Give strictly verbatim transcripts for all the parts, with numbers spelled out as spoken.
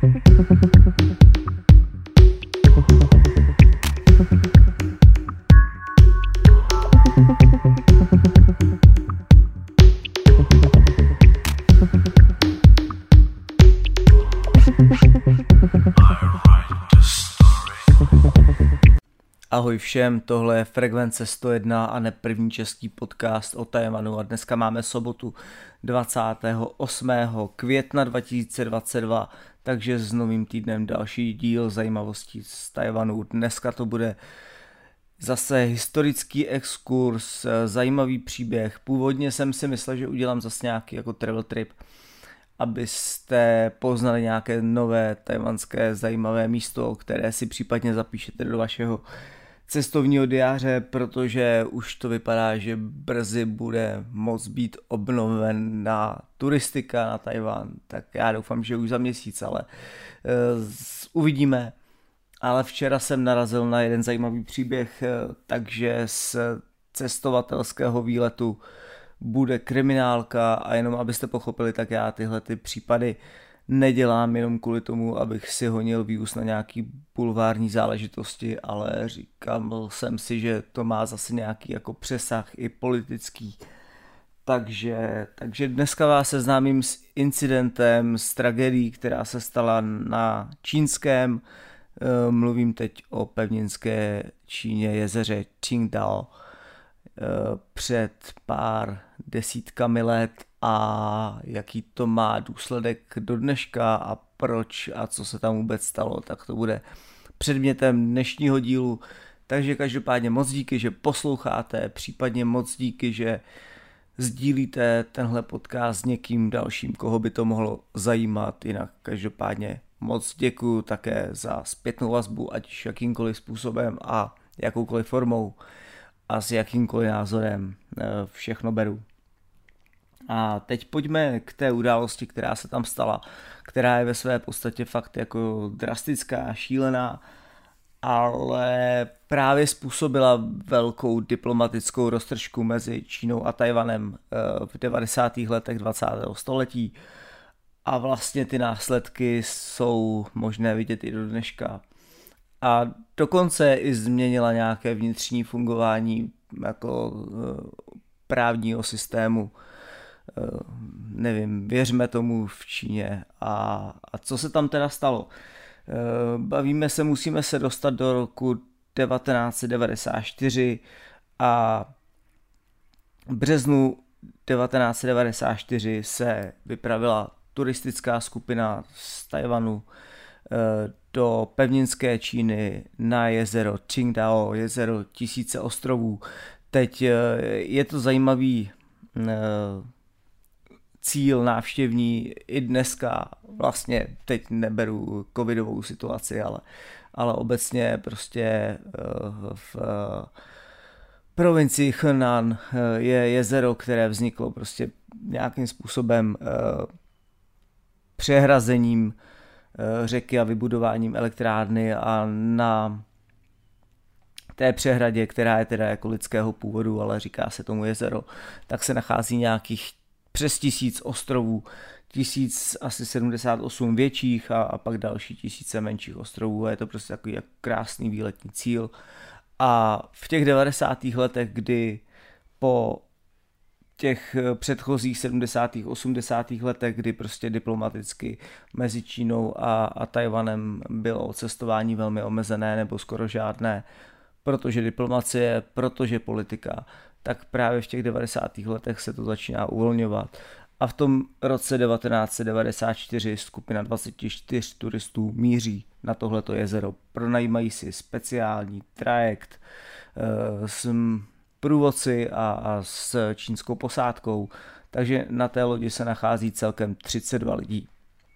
Ahoj všem, tohle je Frekvence sto jedna a ne první český podcast o Tchaj-wanu a dneska máme sobotu dvacátého osmého května dva tisíce dvacet dva, takže s novým týdnem další díl zajímavostí z Tchaj-wanu. Dneska to bude zase historický exkurs, zajímavý příběh. Původně jsem si myslel, že udělám zase nějaký jako travel trip, abyste poznali nějaké nové tchajwanské zajímavé místo, které si případně zapíšete do vašeho cestovního diáře, protože už to vypadá, že brzy bude moc být obnovená turistika na Tchaj-wan, tak já doufám, že už za měsíc, ale uh, uvidíme. Ale včera jsem narazil na jeden zajímavý příběh, uh, takže z cestovatelského výletu bude kriminálka a jenom abyste pochopili, tak já tyhle ty případy nedělám jenom kvůli tomu, abych si honil views na nějaký bulvární záležitosti, ale říkal jsem si, že to má zase nějaký jako přesah i politický. Takže, takže dneska vás seznámím s incidentem, s tragédií, která se stala na Čínském. Mluvím teď o pevninské Číně, jezeře Qingdao před pár desítkami let a jaký to má důsledek do dneška a proč a co se tam vůbec stalo, tak to bude předmětem dnešního dílu. Takže každopádně moc díky, že posloucháte, případně moc díky, že sdílíte tenhle podcast s někým dalším, koho by to mohlo zajímat. Jinak každopádně moc děkuju také za zpětnou vazbu, ať už jakýmkoliv způsobem a jakoukoliv formou a s jakýmkoliv názorem, všechno beru. A teď pojďme k té události, která se tam stala, která je ve své podstatě fakt jako drastická, šílená, ale právě způsobila velkou diplomatickou roztržku mezi Čínou a Tchaj-wanem v devadesátých letech dvacátého století a vlastně ty následky jsou možné vidět i do dneška. A dokonce i změnila nějaké vnitřní fungování jako právního systému. Nevím, věřme tomu v Číně. A, a co se tam teda stalo? Bavíme se, musíme se dostat do roku devatenáct set devadesát čtyři a v březnu devatenáct set devadesát čtyři se vypravila turistická skupina z Tchaj-wanu do pevninské Číny na jezero Qingdao, jezero tisíce ostrovů. Teď je to zajímavý cíl návštěvní i dneska, vlastně teď neberu covidovou situaci, ale, ale obecně prostě v provincii Henan je jezero, které vzniklo prostě nějakým způsobem přehrazením řeky a vybudováním elektrárny a na té přehradě, která je teda jako lidského původu, ale říká se tomu jezero, tak se nachází nějakých přes tisíc ostrovů, tisíc asi sedmdesát osm větších a, a pak další tisíce menších ostrovů a je to prostě takový jako krásný výletní cíl. A v těch devadesátých letech, kdy po těch předchozích sedmdesátých osmdesátých letech, kdy prostě diplomaticky mezi Čínou a, a Tchaj-wanem bylo cestování velmi omezené nebo skoro žádné, protože diplomacie, protože politika, tak právě v těch devadesátých letech se to začíná uvolňovat. A v tom roce devatenáct set devadesát čtyři skupina dvacet čtyři turistů míří na tohleto jezero. Pronajímají si speciální trajekt e, s průvodci a, a s čínskou posádkou, takže na té lodi se nachází celkem třicet dva lidí.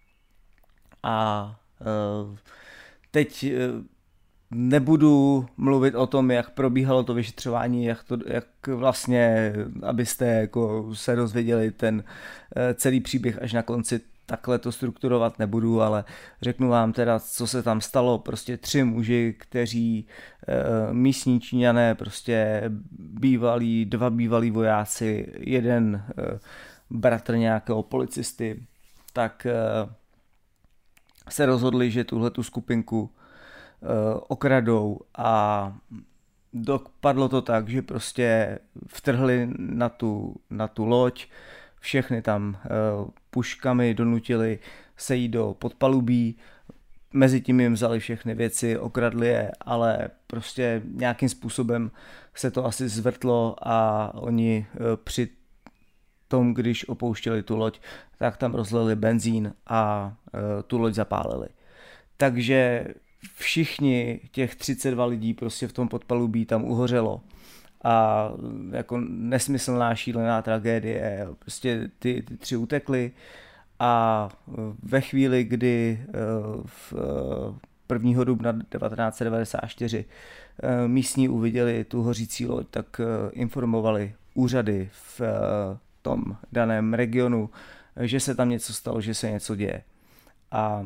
A e, teď e, nebudu mluvit o tom, jak probíhalo to vyšetřování, jak, to, jak vlastně, abyste jako se dozvěděli ten celý příběh až na konci, takhle to strukturovat nebudu, ale řeknu vám teda, co se tam stalo. Prostě tři muži, kteří místní Číňané, prostě bývalí, dva bývalí vojáci, jeden bratr nějakého policisty, tak se rozhodli, že tuhletu skupinku uh, okradou a dopadlo to tak, že prostě vtrhli na tu, na tu loď, všechny tam uh, puškami donutili sejít do podpalubí, mezi tím jim vzali všechny věci, okradli je, ale prostě nějakým způsobem se to asi zvrtlo a oni uh, při tom, když opouštěli tu loď, tak tam rozlili benzín a uh, tu loď zapálili. Takže všichni těch třicet dva lidí prostě v tom podpalubí tam uhořelo a jako nesmyslná šílená tragédie, prostě ty, ty tři utekli a ve chvíli, kdy v prvního dubna devatenáct set devadesát čtyři místní uviděli tu hořící loď, tak informovali úřady v tom daném regionu, že se tam něco stalo, že se něco děje. A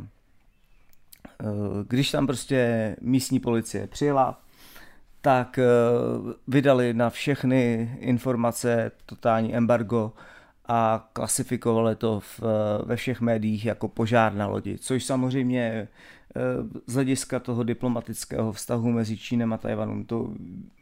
když tam prostě místní policie přijela, tak vydali na všechny informace totální embargo a klasifikovali to v, ve všech médiích jako požár na lodi, což samozřejmě z hlediska toho diplomatického vztahu mezi Čínem a Tajvanem to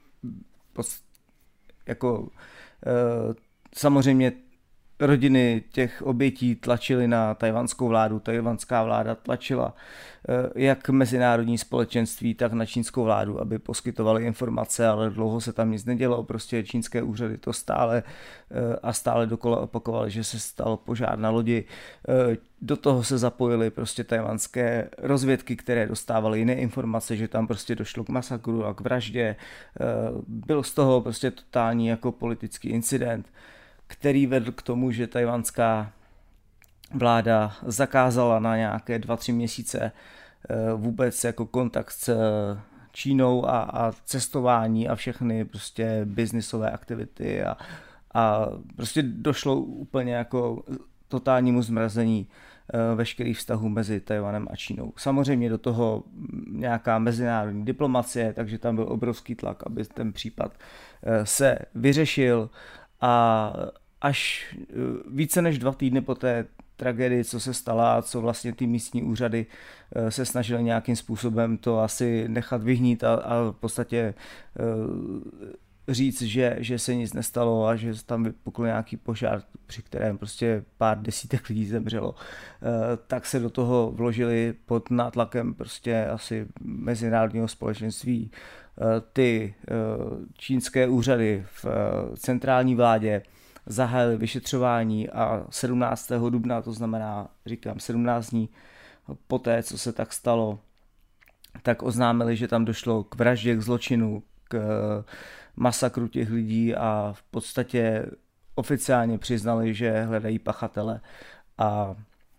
jako samozřejmě rodiny těch obětí tlačily na tajvanskou vládu, tajvanská vláda tlačila jak mezinárodní společenství, tak na čínskou vládu, aby poskytovali informace, ale dlouho se tam nic nedělo, prostě čínské úřady to stále a stále dokola opakovaly, že se stal požár na lodi. Do toho se zapojily prostě tajvanské rozvědky, které dostávaly jiné informace, že tam prostě došlo k masakru a k vraždě. Byl z toho prostě totální jako politický incident, který vedl k tomu, že tajvanská vláda zakázala na nějaké dva, tři měsíce vůbec jako kontakt s Čínou a, a cestování a všechny prostě biznisové aktivity a, a prostě došlo úplně jako totálnímu zmrazení veškerých vztahů mezi Tajvanem a Čínou. Samozřejmě do toho nějaká mezinárodní diplomacie, takže tam byl obrovský tlak, aby ten případ se vyřešil. A až více než dva týdny po té tragédii, co se stala, co vlastně ty místní úřady se snažily nějakým způsobem to asi nechat vyhnít a, a v podstatě říct, že, že se nic nestalo a že tam vypukl nějaký požár, při kterém prostě pár desítek lidí zemřelo, tak se do toho vložili pod nátlakem prostě asi mezinárodního společenství ty čínské úřady v centrální vládě, zahájili vyšetřování a sedmnáctého dubna, to znamená, říkám, sedmnáct dní poté, co se tak stalo, tak oznámili, že tam došlo k vraždě, k zločinu, k masakru těch lidí a v podstatě oficiálně přiznali, že hledají pachatele a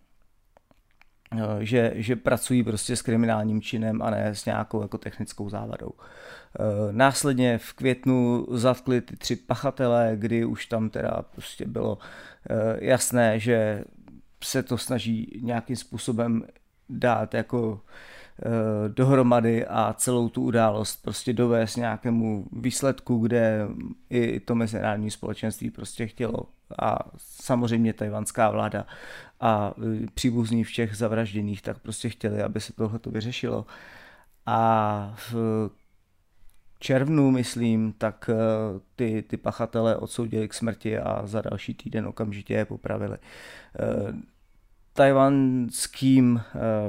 že, že pracují prostě s kriminálním činem a ne s nějakou jako technickou závadou. Následně v květnu zatkli ty tři pachatele, kdy už tam teda prostě bylo jasné, že se to snaží nějakým způsobem dát jako dohromady a celou tu událost prostě dovést nějakému výsledku, kde i to mezinárodní společenství prostě chtělo a samozřejmě tajvanská vláda a příbuzní všech zavražděných tak prostě chtěli, aby se tohleto vyřešilo. A v červnu, myslím, tak ty, ty pachatele odsoudili k smrti a za další týden okamžitě je popravili. Tajvanským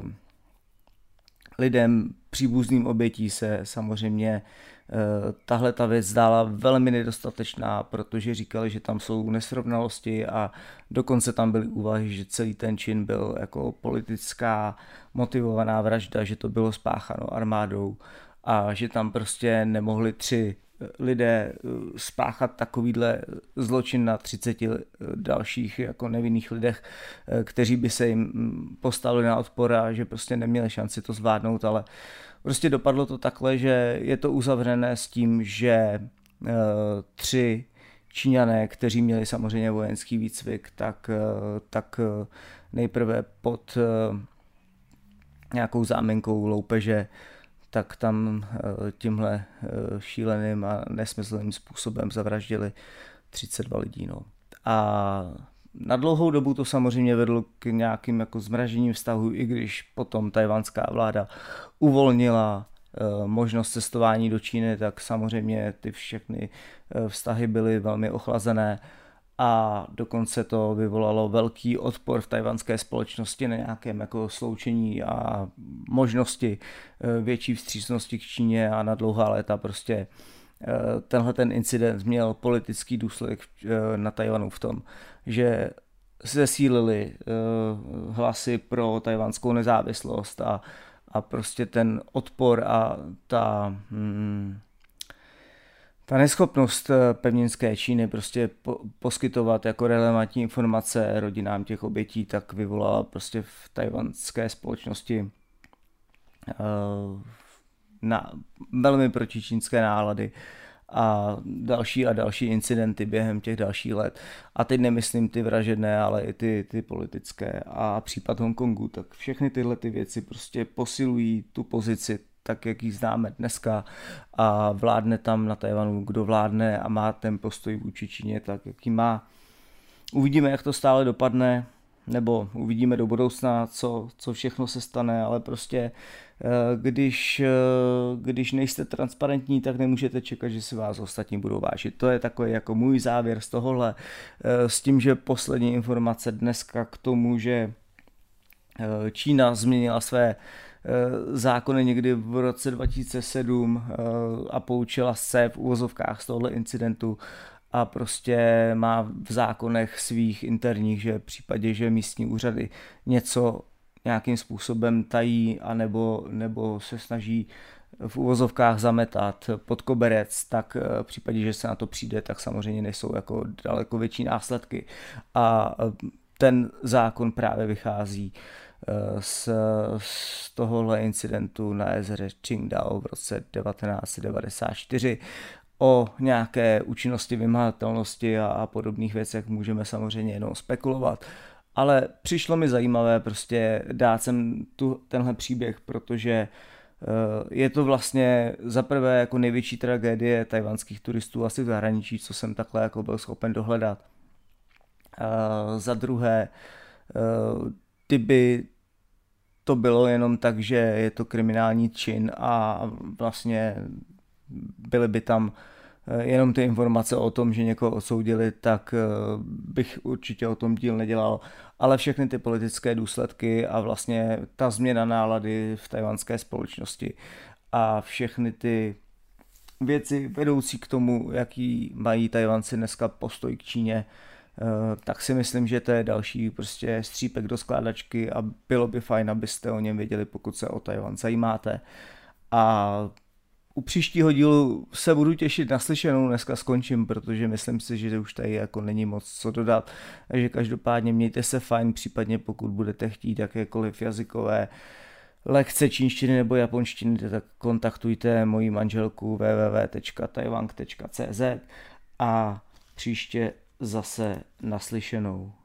lidem příbuzným obětí se samozřejmě tahle ta věc zdála velmi nedostatečná, protože říkali, že tam jsou nesrovnalosti a dokonce tam byly úvahy, že celý ten čin byl jako politická motivovaná vražda, že to bylo spáchano armádou a že tam prostě nemohli tři lidé spáchat takovýhle zločin na třiceti dalších jako nevinných lidech, kteří by se jim postavili na odpor a že prostě neměli šanci to zvládnout, ale prostě dopadlo to takhle, že je to uzavřené s tím, že tři Číňané, kteří měli samozřejmě vojenský výcvik, tak, tak nejprve pod nějakou záminkou loupeže tak tam tímhle šíleným a nesmyslným způsobem zavraždili třicet dva lidí. No. A Na dlouhou dobu to samozřejmě vedlo k nějakým jako zmražením vztahů, i když potom tajvanská vláda uvolnila možnost cestování do Číny, tak samozřejmě ty všechny vztahy byly velmi ochlazené a dokonce to vyvolalo velký odpor v tajvanské společnosti na nějakém jako sloučení a možnosti větší vstřícnosti k Číně a na dlouhá léta prostě tenhle ten incident měl politický důsledek na Tajvanu v tom, že zesílily hlasy pro tajvanskou nezávislost a, a prostě ten odpor a ta, hmm, ta neschopnost pevninské Číny prostě po, poskytovat jako relevantní informace rodinám těch obětí, tak vyvolala prostě v tajvanské společnosti na velmi protičínské nálady a další a další incidenty během těch dalších let. A teď nemyslím ty vražedné, ale i ty, ty politické a případ Hongkongu, tak všechny tyhle ty věci prostě posilují tu pozici tak, jak ji známe dneska a vládne tam na Tajvanu, kdo vládne a má ten postoj vůči Číně, tak jaký má. Uvidíme, jak to stále dopadne, nebo uvidíme do budoucna, co, co všechno se stane, ale prostě když, když nejste transparentní, tak nemůžete čekat, že si vás ostatní budou vážit. To je takový jako můj závěr z tohohle, s tím, že poslední informace dneska k tomu, že Čína změnila své zákony někdy v roce dva tisíce sedm a poučila se v uvozovkách z tohohle incidentu a prostě má v zákonech svých interních, že v případě, že místní úřady něco nějakým způsobem tají anebo, nebo se snaží v uvozovkách zametat pod koberec, tak v případě, že se na to přijde, tak samozřejmě nejsou jako daleko větší následky. A ten zákon právě vychází z, z tohohle incidentu na jezeře Qingdao v roce devatenáct set devadesát čtyři. O nějaké účinnosti, vymahatelnosti a, a podobných věcech můžeme samozřejmě jenom spekulovat, ale přišlo mi zajímavé prostě dát sem tu, tenhle příběh, protože uh, je to vlastně za prvé jako největší tragédie tajvanských turistů asi v zahraničí, co jsem takhle jako byl schopen dohledat. Uh, za druhé, uh, kdyby to bylo jenom tak, že je to kriminální čin a vlastně byly by tam jenom ty informace o tom, že někoho odsoudili, tak bych určitě o tom díl nedělal. Ale všechny ty politické důsledky a vlastně ta změna nálady v tajvanské společnosti a všechny ty věci vedoucí k tomu, jaký mají Tajvanci dneska postoj k Číně, tak si myslím, že to je další prostě střípek do skládačky a bylo by fajn, abyste o něm věděli, pokud se o Tajvan zajímáte. A u příštího dílu se budu těšit na slyšenou, dneska skončím, protože myslím si, že už tady jako není moc co dodat. Takže každopádně mějte se fajn, případně pokud budete chtít jakékoliv jazykové lekce čínštiny nebo japonštiny, tak kontaktujte moji manželku w w w tečka taiwan tečka c z a příště zase naslyšenou.